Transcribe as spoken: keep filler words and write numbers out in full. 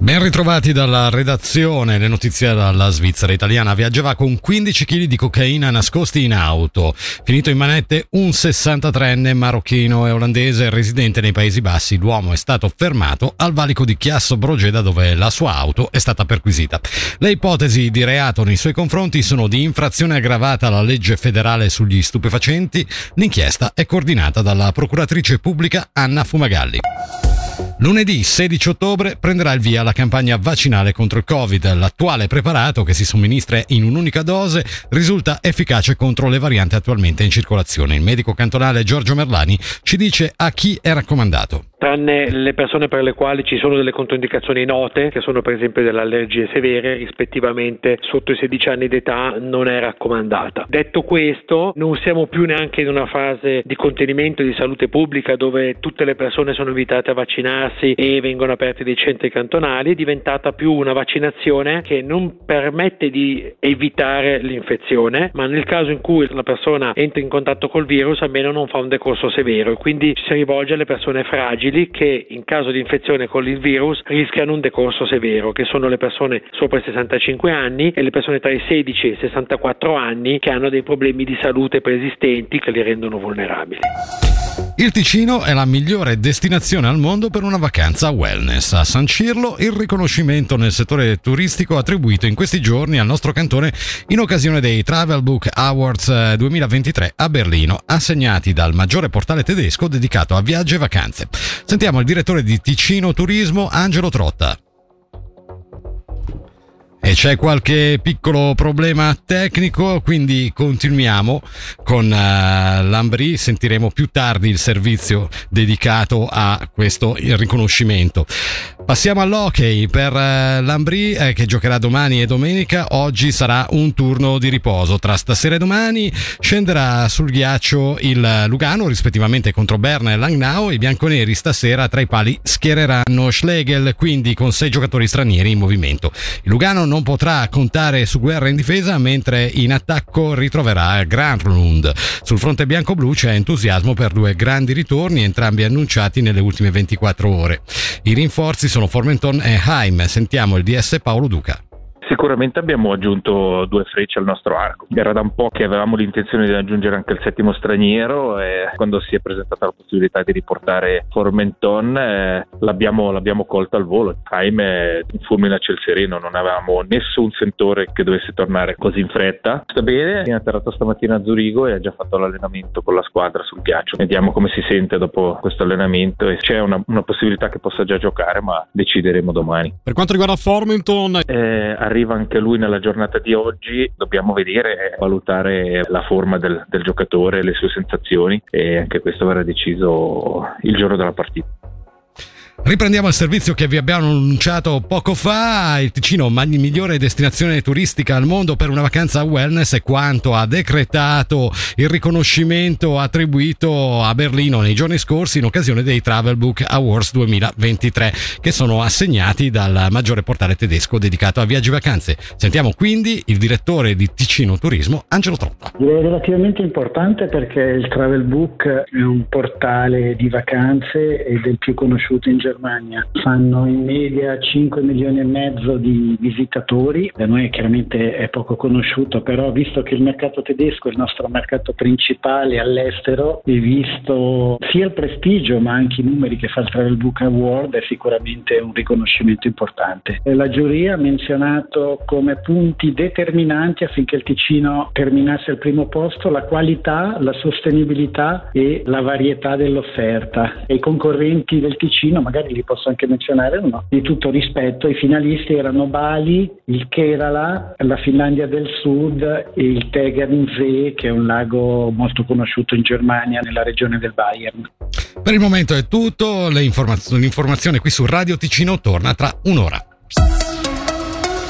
Ben ritrovati dalla redazione, le notizie dalla Svizzera italiana. Viaggiava con quindici chili di cocaina nascosti in auto. Finito in manette un sessantatreenne marocchino e olandese residente nei Paesi Bassi. L'uomo è stato fermato al valico di Chiasso Brogeda, dove la sua auto è stata perquisita. Le ipotesi di reato nei suoi confronti sono di infrazione aggravata alla legge federale sugli stupefacenti. L'inchiesta è coordinata dalla procuratrice pubblica Anna Fumagalli. Lunedì sedici ottobre prenderà il via la campagna vaccinale contro il Covid. L'attuale preparato, che si somministra in un'unica dose, risulta efficace contro le varianti attualmente in circolazione. Il medico cantonale Giorgio Merlani ci dice a chi è raccomandato. Tranne le persone per le quali ci sono delle controindicazioni note, che sono per esempio delle allergie severe, rispettivamente sotto i sedici anni d'età, non è raccomandata. Detto questo, non siamo più neanche in una fase di contenimento di salute pubblica dove tutte le persone sono invitate a vaccinarsi e vengono aperti dei centri cantonali. È diventata più una vaccinazione che non permette di evitare l'infezione, ma nel caso in cui la persona entra in contatto col virus almeno non fa un decorso severo, e quindi si rivolge alle persone fragili che in caso di infezione con il virus rischiano un decorso severo, che sono le persone sopra i sessantacinque anni e le persone tra i sedici e i sessantaquattro anni che hanno dei problemi di salute preesistenti che li rendono vulnerabili. Il Ticino è la migliore destinazione al mondo per una vacanza wellness. A sancirlo il riconoscimento nel settore turistico attribuito in questi giorni al nostro cantone in occasione dei Travel Book Awards duemilaventitré a Berlino, assegnati dal maggiore portale tedesco dedicato a viaggi e vacanze. Sentiamo il direttore di Ticino Turismo, Angelo Trotta. E c'è qualche piccolo problema tecnico, quindi continuiamo con uh, l'Ambri. Sentiremo più tardi il servizio dedicato a questo riconoscimento. Passiamo all'hockey per uh, l'Ambri eh, che giocherà domani e domenica. Oggi sarà un turno di riposo. Tra stasera e domani scenderà sul ghiaccio il Lugano, rispettivamente contro Berna e Langnau. I bianconeri stasera tra i pali schiereranno Schlegel, quindi con sei giocatori stranieri in movimento. Il Lugano non potrà contare su Guerra in difesa, mentre in attacco ritroverà Granlund. Sul fronte bianco-blu c'è entusiasmo per due grandi ritorni, entrambi annunciati nelle ultime ventiquattro ore. I rinforzi sono Formenton e Haim. Sentiamo il D S Paolo Duca. Sicuramente abbiamo aggiunto due frecce al nostro arco. Era da un po' che avevamo l'intenzione di aggiungere anche il settimo straniero, e quando si è presentata la possibilità di riportare Formenton eh, l'abbiamo, l'abbiamo colto al volo. Jaime, un fulmine a ciel sereno, non avevamo nessun sentore che dovesse tornare così in fretta. Sta bene, è atterrato stamattina a Zurigo e ha già fatto l'allenamento con la squadra sul ghiaccio. Vediamo come si sente dopo questo allenamento, e c'è una, una possibilità che possa già giocare, ma decideremo domani. Per quanto riguarda Formenton, eh, arriva anche lui nella giornata di oggi. Dobbiamo vedere, valutare la forma del, del giocatore, le sue sensazioni, e anche questo verrà deciso il giorno della partita. Riprendiamo il servizio che vi abbiamo annunciato poco fa. Il Ticino, migliore destinazione turistica al mondo per una vacanza wellness, è quanto ha decretato il riconoscimento attribuito a Berlino nei giorni scorsi in occasione dei Travel Book Awards duemilaventitré, che sono assegnati dal maggiore portale tedesco dedicato a viaggi e vacanze. Sentiamo quindi il direttore di Ticino Turismo, Angelo Trotta. Direi relativamente importante, perché il Travel Book è un portale di vacanze ed è il più conosciuto in Germania. Fanno in media cinque milioni e mezzo di visitatori. Da noi chiaramente è poco conosciuto, però visto che il mercato tedesco è il nostro mercato principale all'estero, e visto sia il prestigio ma anche i numeri che fa il Travel Book Award, è sicuramente un riconoscimento importante. La giuria ha menzionato come punti determinanti affinché il Ticino terminasse al primo posto la qualità, la sostenibilità e la varietà dell'offerta. E i concorrenti del Ticino, magari li posso anche menzionare uno, di tutto rispetto, i finalisti erano Bali, il Kerala, la Finlandia del Sud e il Tegernsee, che è un lago molto conosciuto in Germania, nella regione del Bayern. Per il momento è tutto. Le informaz- l'informazione qui su Radio Ticino torna tra un'ora.